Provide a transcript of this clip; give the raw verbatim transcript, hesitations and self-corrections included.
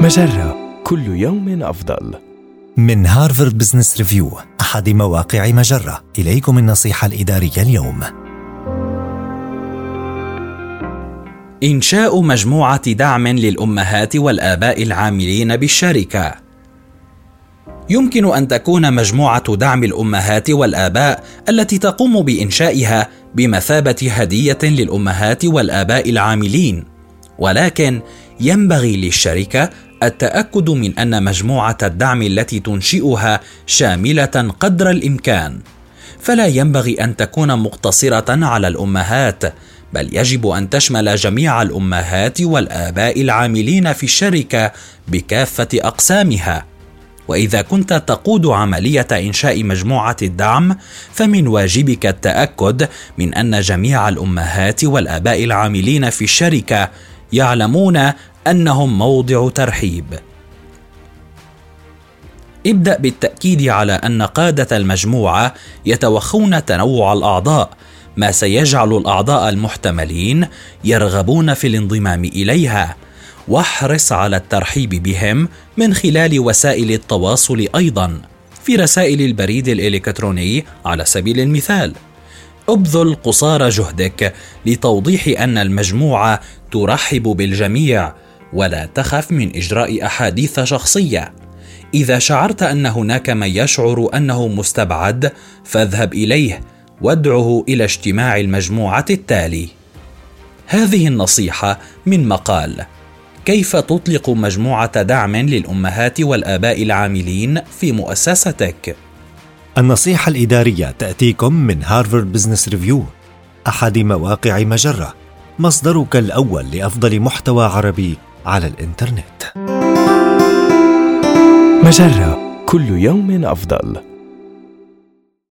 مجرة، كل يوم أفضل. من هارفارد بزنس ريفيو، أحد مواقع مجرة، إليكم النصيحة الإدارية اليوم. إنشاء مجموعة دعم للأمهات والآباء العاملين بالشركة. يمكن أن تكون مجموعة دعم الأمهات والآباء التي تقوم بإنشائها بمثابة هدية للأمهات والآباء العاملين، ولكن ينبغي للشركة التأكد من أن مجموعة الدعم التي تنشئها شاملة قدر الإمكان، فلا ينبغي أن تكون مقتصرة على الأمهات، بل يجب أن تشمل جميع الأمهات والآباء العاملين في الشركة بكافة أقسامها. وإذا كنت تقود عملية إنشاء مجموعة الدعم، فمن واجبك التأكد من أن جميع الأمهات والآباء العاملين في الشركة يعلمون أنهم موضع ترحيب. ابدأ بالتأكيد على أن قادة المجموعة يتوخون تنوع الأعضاء، ما سيجعل الأعضاء المحتملين يرغبون في الانضمام إليها، واحرص على الترحيب بهم من خلال وسائل التواصل أيضا، في رسائل البريد الإلكتروني على سبيل المثال. ابذل قصارى جهدك لتوضيح أن المجموعة ترحب بالجميع، ولا تخف من إجراء أحاديث شخصية. إذا شعرت أن هناك من يشعر أنه مستبعد، فاذهب إليه وادعه إلى اجتماع المجموعة التالي. هذه النصيحة من مقال كيف تطلق مجموعة دعم للأمهات والآباء العاملين في مؤسستك. النصيحة الإدارية تأتيكم من هارفارد بزنس ريفيو، أحد مواقع مجرة، مصدرك الأول لأفضل محتوى عربي على الإنترنت. مجرة، كل يوم أفضل.